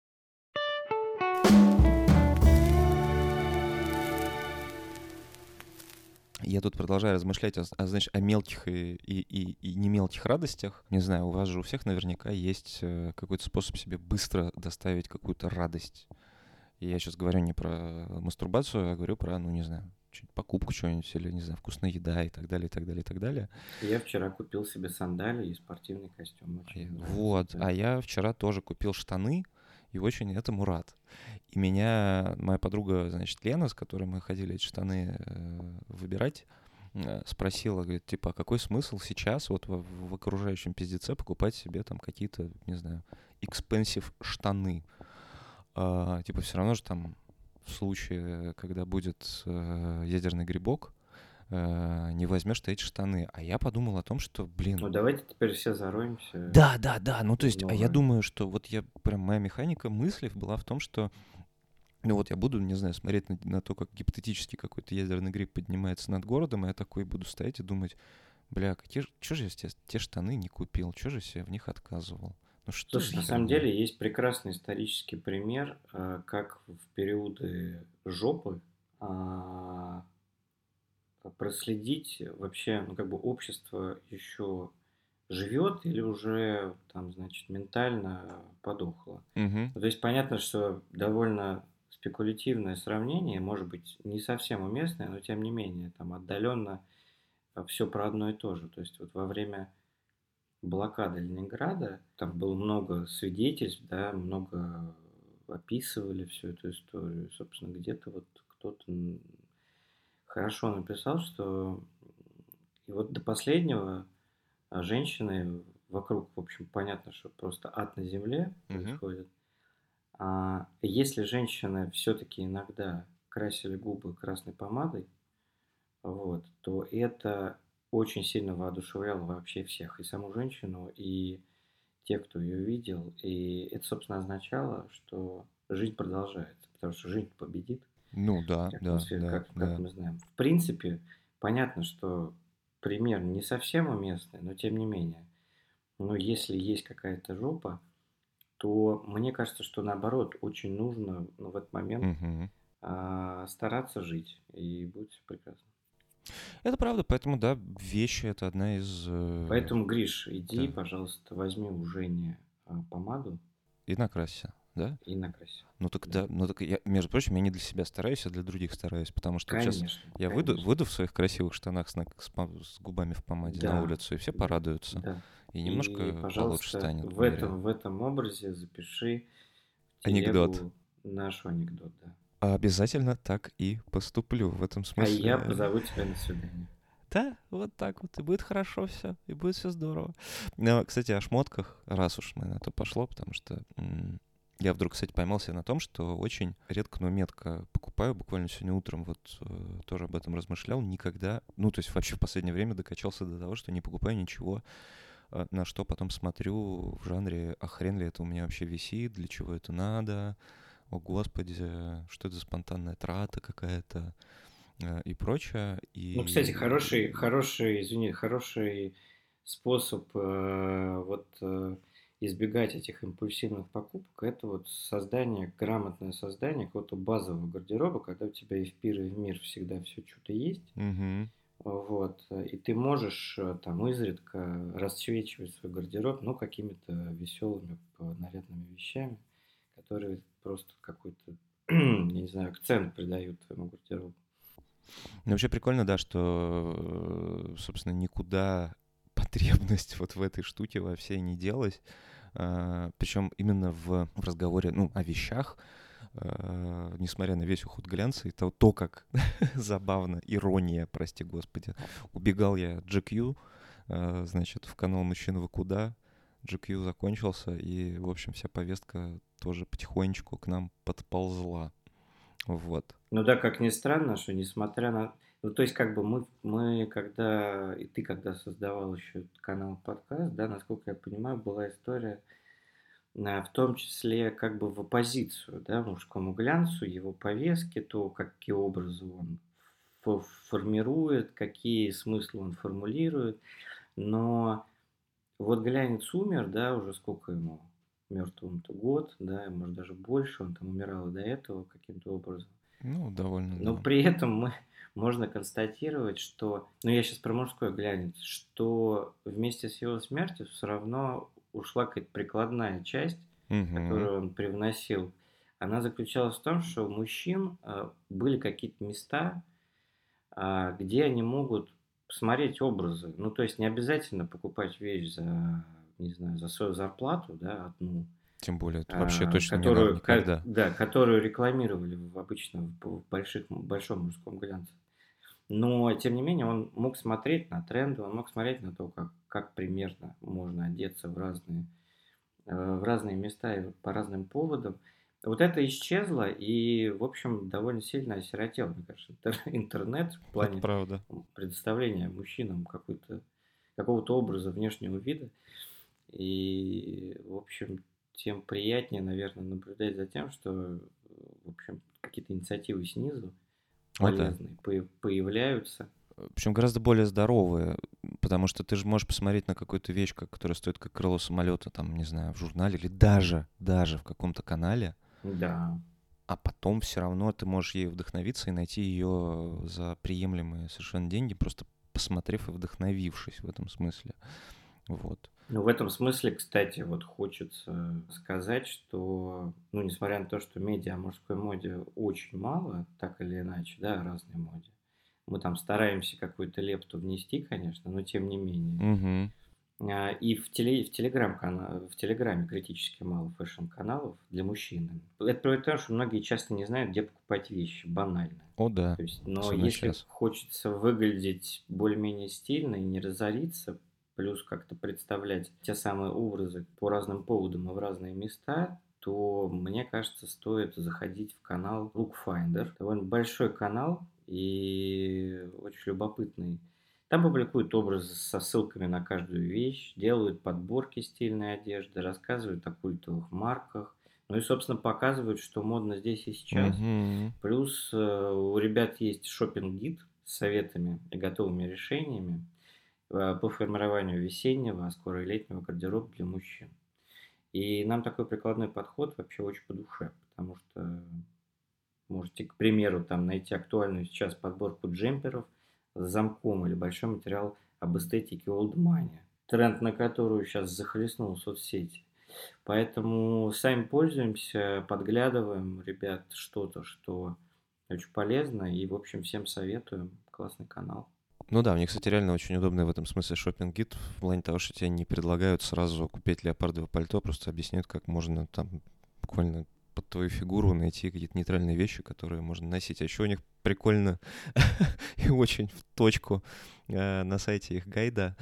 Я тут продолжаю размышлять о, о, знаешь, о мелких и, и, и, и не мелких радостях. Не знаю, у вас же у всех наверняка есть э, какой-то способ себе быстро доставить какую-то радость. И я сейчас говорю не про мастурбацию, а говорю про, ну, не знаю, чуть- покупку чего-нибудь или, не знаю, вкусная еда и так далее, и так далее, и так далее. Я вчера купил себе сандалии и спортивный костюм. А я- Очень нравится. Вот. Да. А я вчера тоже купил штаны и очень этому рад. И меня моя подруга, значит, Лена, с которой мы ходили эти штаны э, выбирать, э, спросила, говорит, типа, а какой смысл сейчас вот в, в окружающем пиздеце покупать себе там какие-то, не знаю, экспенсив штаны? А, типа, все равно же там в случае, когда будет э, ядерный грибок, э, не возьмешь ты эти штаны. А я подумал о том, что, блин, Ну, давайте теперь все зароемся да, да, да, ну то в есть, а я новое. думаю, что вот я, прям моя механика мыслей была в том, что, ну вот я буду, не знаю, смотреть на, на то, как гипотетически какой-то ядерный гриб поднимается над городом, и я такой буду стоять и думать, бля, какие, что же я те, те штаны не купил, что же я себе в них отказывал? Ну что за Слушай, на самом херня? деле есть прекрасный исторический пример, э, как в периоды жопы а, проследить вообще, ну, как бы общество еще живет или уже там, значит, ментально подохло. Угу, Ну, то есть понятно, что довольно спекулятивное сравнение, может быть, не совсем уместное, но тем не менее, там отдаленно все про одно и то же. То есть вот во время блокады Ленинграда там было много свидетельств, да, много описывали всю эту историю. Собственно, где-то вот кто-то м, хорошо написал, что и вот до последнего а, женщины вокруг, в общем, понятно, что просто ад на земле угу. происходит. А если женщины все-таки иногда красили губы красной помадой, вот, то это очень сильно воодушевляло вообще всех, и саму женщину, и тех, кто ее видел. И это, собственно, означало, что жизнь продолжается, потому что жизнь победит, Ну да, как мы, да, да, как, как да. мы знаем. В принципе, понятно, что пример не совсем уместный, но тем не менее. Но если есть какая-то жопа, то мне кажется, что наоборот, очень нужно ну, в этот момент Угу. а, стараться жить, и будет все прекрасно. Это правда, поэтому, да, вещи — это одна из... э, Поэтому, Гриш, иди, да, пожалуйста, возьми у Жени а, помаду и накрасься, да? и накрась. Ну так Да. да, ну так я, между прочим, я не для себя стараюсь, а для других стараюсь, потому что вот сейчас Конечно, я выйду, конечно. выйду в своих красивых штанах с, на- с пом- с губами в помаде на Да, улицу, и все да, порадуются, да. и И, немножко получше пожалуйста, станет в в мире. этом, в этом образе запиши Анекдот. телегу нашу анекдот, да. Обязательно так и поступлю. В этом А я смысле... позову тебя на свидание. Да, вот так вот, и будет хорошо все, и будет все здорово. Но, кстати, о шмотках, раз уж мы на то пошло, потому что м, я вдруг, кстати, поймался на том, что очень редко, но метко покупаю. Буквально сегодня утром вот э, тоже об этом размышлял. Никогда, ну, то есть вообще в последнее время докачался до того, что не покупаю ничего, э, на что потом смотрю в жанре, а хрен ли это у меня вообще висит, для чего это надо, о господи, что это за спонтанная трата какая-то, э, и прочее. Ну, кстати, хороший, И хороший, извини, хороший способ э, вот э, избегать этих импульсивных покупок, это вот создание, грамотное создание какого-то базового гардероба, когда у тебя и в пир, и в мир всегда все что-то есть. Мгм. Вот, э, и ты можешь э, там изредка расцвечивать свой гардероб, ну, какими-то веселыми, нарядными вещами, которые просто какой-то, я не знаю, акцент придают твоему гардеробу. Ну, вообще прикольно, да, что, э, собственно, никуда потребность вот в этой штуке во всей не делась. Причем именно в, в разговоре, ну, о вещах, э, несмотря на весь уход глянца, и то, то как забавно, ирония, прости господи, убегал я от джи кью, э, значит, в канал «Мужчина, вы куда?», джи кью закончился, и, в общем, вся повестка тоже потихонечку к нам подползла. Вот. Ну да, как ни странно, что несмотря на... Ну, то есть, как бы мы, мы когда... И ты, когда создавал еще этот канал подкаст, да, насколько я понимаю, была история, а, в том числе, как бы в оппозицию, да, мужскому глянцу, его повестке, то, какие образы он фо- формирует, какие смыслы он формулирует. Но вот глянец умер, да, уже сколько ему? Мертвому-то год, да, может даже больше, он там умирал и до этого каким-то образом. Ну, довольно, Но да. при этом мы можно констатировать, что, ну я сейчас про мужской глянец, что вместе с его смертью все равно ушла какая-то прикладная часть, Мгм. которую он привносил. Она заключалась в том, что у мужчин э, были какие-то места, а, где они могут посмотреть образы. Ну, то есть не обязательно покупать вещь за, не знаю, за свою зарплату, да, одну, Тем более, это вообще а, точно не надо которую, ка- никогда. да, которую рекламировали в, обычно в, в больших, большом мужском глянце. Но, тем не менее, он мог смотреть на тренды, он мог смотреть на то, как, как примерно можно одеться в разные, э, в разные места и по разным поводам. Вот это исчезло и, в общем, довольно сильно осиротел, мне кажется, интер- интернет в Это плане правда. предоставления мужчинам какой-то, какого-то образа внешнего вида. И, в общем, тем приятнее, наверное, наблюдать за тем, что, э, в общем, какие-то инициативы снизу О, да. полезные пое- появляются. Причем гораздо более здоровые, потому что ты же можешь посмотреть на какую-то вещь, как- которая стоит как крыло самолета, там, не знаю, в журнале или даже, даже в каком-то канале, Да. а потом все равно ты можешь ей вдохновиться и найти ее за приемлемые совершенно деньги, просто посмотрев и вдохновившись в этом смысле. Вот. Ну, в этом смысле, кстати, вот хочется сказать, что, ну, несмотря на то, что медиа о мужской моде очень мало, так или иначе, да, о разной моде, мы там стараемся какую-то лепту внести, конечно, но тем не менее. Угу. А, И в, теле, в, телеграм в Телеграме критически мало фэшн-каналов для мужчин. Это при том, что многие часто не знают, где покупать вещи, банально. О, да. То есть, но Особенно если сейчас. хочется выглядеть более-менее стильно и не разориться, плюс как-то представлять те самые образы по разным поводам и в разные места, то, мне кажется, стоит заходить в канал Lookfinder. Довольно большой канал и очень любопытный. Там публикуют образы со ссылками на каждую вещь, делают подборки стильной одежды, рассказывают о культовых марках, ну и, собственно, показывают, что модно здесь и сейчас. Угу. Плюс э, у ребят есть шопинг-гид с советами и готовыми решениями э, по формированию весеннего, а скоро и летнего гардероба для мужчин. И нам такой прикладной подход вообще очень по душе, потому что можете, к примеру, там найти актуальную сейчас подборку джемперов с замком или большой материал об эстетике old money, тренд на которую сейчас захлестнул соцсети. Поэтому сами пользуемся, подглядываем, ребят, что-то, что очень полезно, и, в общем, всем советуем. Классный канал. Ну да, мне, кстати, реально очень удобный в этом смысле шопинг-гид, в плане того, что тебе не предлагают сразу купить леопардовое пальто, просто объясняют, как можно там буквально под твою фигуру найти какие-то нейтральные вещи, которые можно носить. А еще у них прикольно и очень в точку э, на сайте их гайда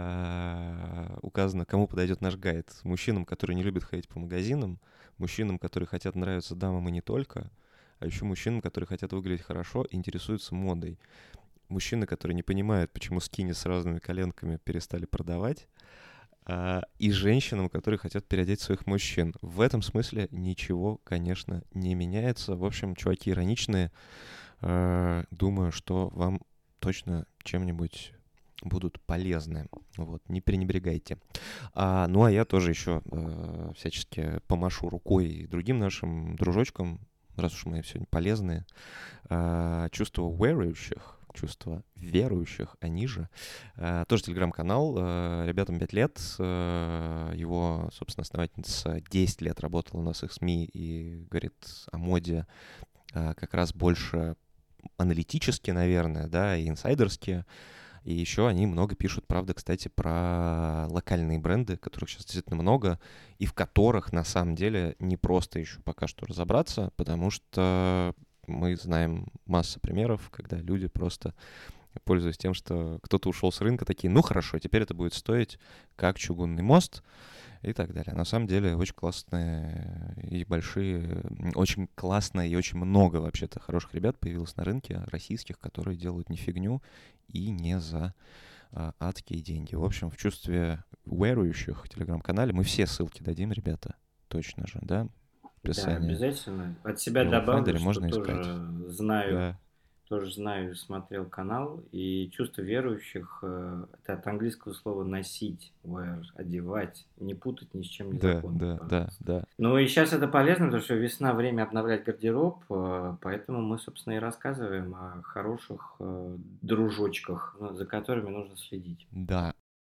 э, указано, кому подойдет наш гайд. Мужчинам, которые не любят ходить по магазинам, мужчинам, которые хотят нравиться дамам и не только, а еще мужчинам, которые хотят выглядеть хорошо и интересуются модой. Мужчины, которые не понимают, почему скини с разными коленками перестали продавать, а, и женщинам, которые хотят переодеть своих мужчин. В этом смысле ничего, конечно, не меняется. В общем, чуваки ироничные. А, думаю, что вам точно чем-нибудь будут полезны. Вот, не пренебрегайте. А, ну, а я тоже еще а, всячески помашу рукой другим нашим дружочкам, раз уж мы сегодня полезные. А, чувство верующих, чувство верующих, они же. А, тоже телеграм-канал, а, ребятам пять лет, а, его, собственно, основательница десять лет работала у нас в их СМИ и говорит о моде а, как раз больше аналитически, наверное, да, и инсайдерски. И еще они много пишут, правда, кстати, про локальные бренды, которых сейчас действительно много, и в которых, на самом деле, не просто еще пока что разобраться, потому что мы знаем массу примеров, когда люди просто, пользуясь тем, что кто-то ушел с рынка, такие, ну хорошо, теперь это будет стоить как чугунный мост и так далее. На самом деле очень классные и большие, очень классно и очень много вообще-то хороших ребят появилось на рынке российских, которые делают не фигню и не за а, адские деньги. В общем, в чувстве верующих в телеграм-канале мы все ссылки дадим, ребята, точно же, да? Да, Описание. обязательно. От себя И в добавлю, Файндере что можно искать. тоже знаю, Да. тоже знаю и смотрел канал, и чувство верующих, э, это от английского слова носить, wear, одевать, не путать ни с чем Да, незаконным, да, да, пожалуйста. да. Ну и сейчас это полезно, потому что весна, время обновлять гардероб, э, поэтому мы, собственно, и рассказываем о хороших э, дружочках, ну, за которыми нужно следить. Да.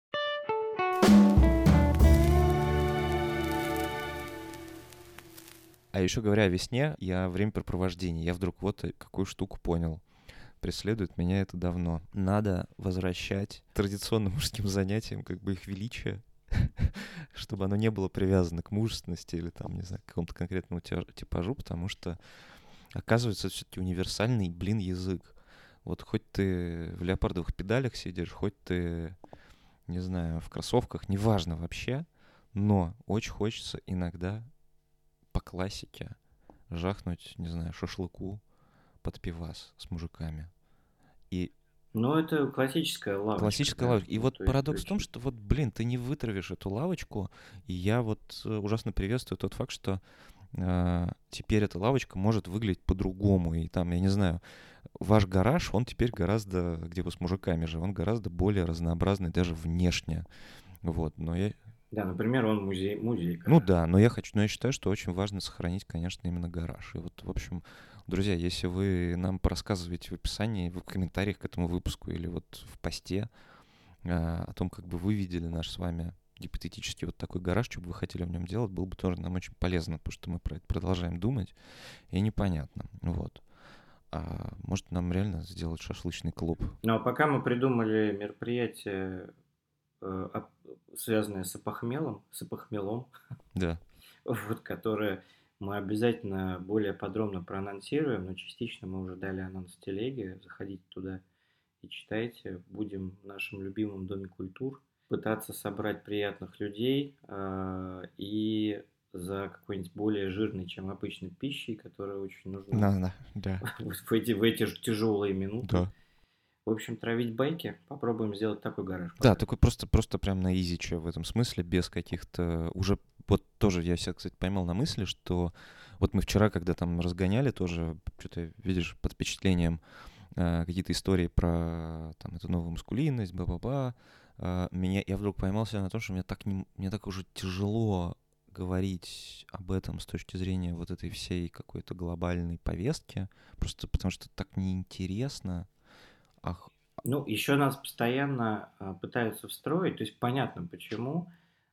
А еще говоря о весне, я времяпрепровождение, я вдруг вот какую штуку понял. Преследует меня это давно. Надо возвращать традиционным мужским занятиям как бы их величие, чтобы оно не было привязано к мужественности или там, не знаю, к какому-то конкретному типажу, потому что, оказывается, это все-таки универсальный, блин, язык. Вот хоть ты в леопардовых педалях сидишь, хоть ты, не знаю, в кроссовках, неважно вообще, но очень хочется иногда по классике жахнуть, не знаю, шашлыку под пивас с мужиками. И Ну, это классическая лавочка, классическая да. лавочка. И Ну, вот то есть парадокс в том, очень... что вот, блин, ты не вытравишь эту лавочку, и я вот э, ужасно приветствую тот факт, что э, теперь эта лавочка может выглядеть по-другому. И там, я не знаю, ваш гараж, он теперь гораздо, где вы с мужиками же, он гораздо более разнообразный даже внешне. Вот, но я... Да, например, он музей, музей Ну гараж. да, но я хочу, но я считаю, что очень важно сохранить, конечно, именно гараж. И вот, в общем, друзья, если вы нам порассказываете в описании, в комментариях к этому выпуску или вот в посте а, о том, как бы вы видели наш с вами гипотетически вот такой гараж, что бы вы хотели в нем делать, было бы тоже нам очень полезно, потому что мы про это продолжаем думать, и непонятно. Вот. А может, нам реально сделать шашлычный клуб? Ну, а пока мы придумали мероприятие, э, об- связанное с опохмелом, с опохмелом, Да. вот, которое мы обязательно более подробно проанонсируем, но частично мы уже дали анонс в телеге, заходите туда и читайте. Будем в нашем любимом Доме культур пытаться собрать приятных людей э, и за какой-нибудь более жирной, чем обычной пищей, которая очень нужна Да, да, да. вот в эти, в эти ж тяжелые минуты. Да. В общем, травить байки. Попробуем сделать такой гараж. Да, пока. такой просто, просто прям на изиче в этом смысле, без каких-то... Уже вот тоже я себя, кстати, поймал на мысли, что вот мы вчера, когда там разгоняли, тоже что-то, видишь, под впечатлением э, какие-то истории про там эту новую маскулинность, ба-ба-ба, э, меня, я вдруг поймал себя на том, что мне так, не, мне так уже тяжело говорить об этом с точки зрения вот этой всей какой-то глобальной повестки, просто потому что так неинтересно. Ах, Ну, еще нас постоянно а, пытаются встроить, то есть понятно почему,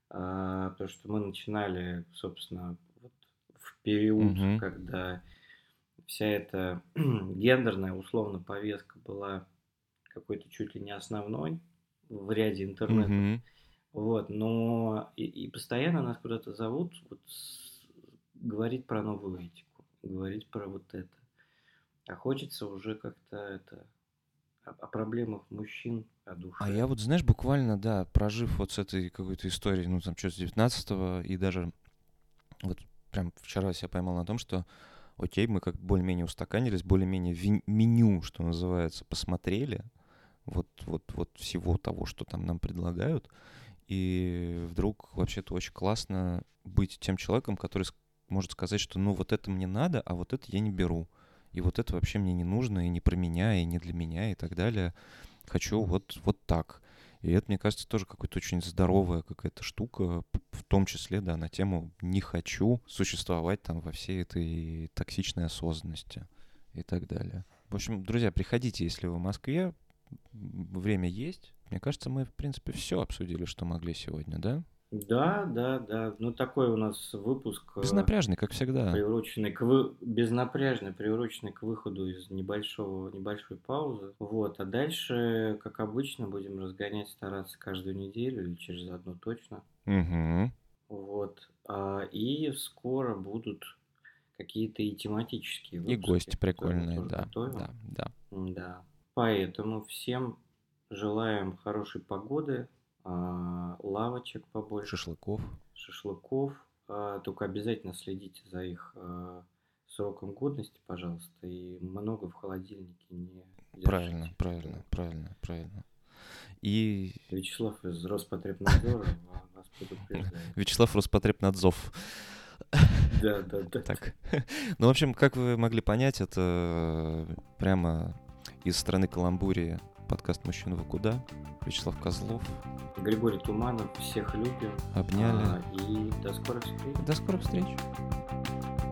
а, потому что мы начинали, собственно, вот в период, угу, когда вся эта гендерная, условно, повестка была какой-то чуть ли не основной в ряде интернетов. угу. Вот, но и, и постоянно нас куда-то зовут вот с- говорить про новую этику, говорить про вот это. А хочется уже как-то это о, о проблемах мужчин, о А душе. я вот, знаешь, буквально, да, прожив вот с этой какой-то историей, ну, там, что с девятнадцатого, и даже вот прям вчера себя поймал на том, что, окей, мы как более-менее устаканились, более-менее ви- меню, что называется, посмотрели, вот, вот, вот всего того, что там нам предлагают, и вдруг вообще-то очень классно быть тем человеком, который ск- может сказать, что ну вот это мне надо, а вот это я не беру. И вот это вообще мне не нужно, и не про меня, и не для меня, и так далее. Хочу вот, вот так. И это, мне кажется, тоже какая-то очень здоровая какая-то штука, п- в том числе, да, на тему «не хочу существовать там во всей этой токсичной осознанности» и так далее. В общем, друзья, приходите, если вы в Москве, м, время есть. Мне кажется, мы, в принципе, все обсудили, что могли сегодня, да? Да, да, да. Ну, такой у нас выпуск э, Безнапряжный, как всегда. приуроченный к вы... безнапряжный, приуроченный к выходу из небольшого, небольшой паузы. Вот. А дальше, как обычно, будем разгонять, стараться каждую неделю или через одну точно. Угу. Вот. А, и скоро будут какие-то и тематические И гости выпуски, которые мы прикольные, тоже да, готовим. да, да. Да. Поэтому всем желаем хорошей погоды, а, лавочек побольше, Шашлыков. шашлыков. А, Только обязательно следите за их а, сроком годности, пожалуйста, и много в холодильнике не Правильно, держите. правильно, правильно, правильно. И Вячеслав из Роспотребнадзора ва- вас предупреждает. Вячеслав Роспотребнадзов. Да, да, да. Так. Ну, в общем, как вы могли понять, это прямо из страны Каламбурии подкаст «Мужчина, вы куда?». Вячеслав Козлов. Григорий Туманов, всех любим. Обняли. А, И до скорых встреч. До скорых встреч.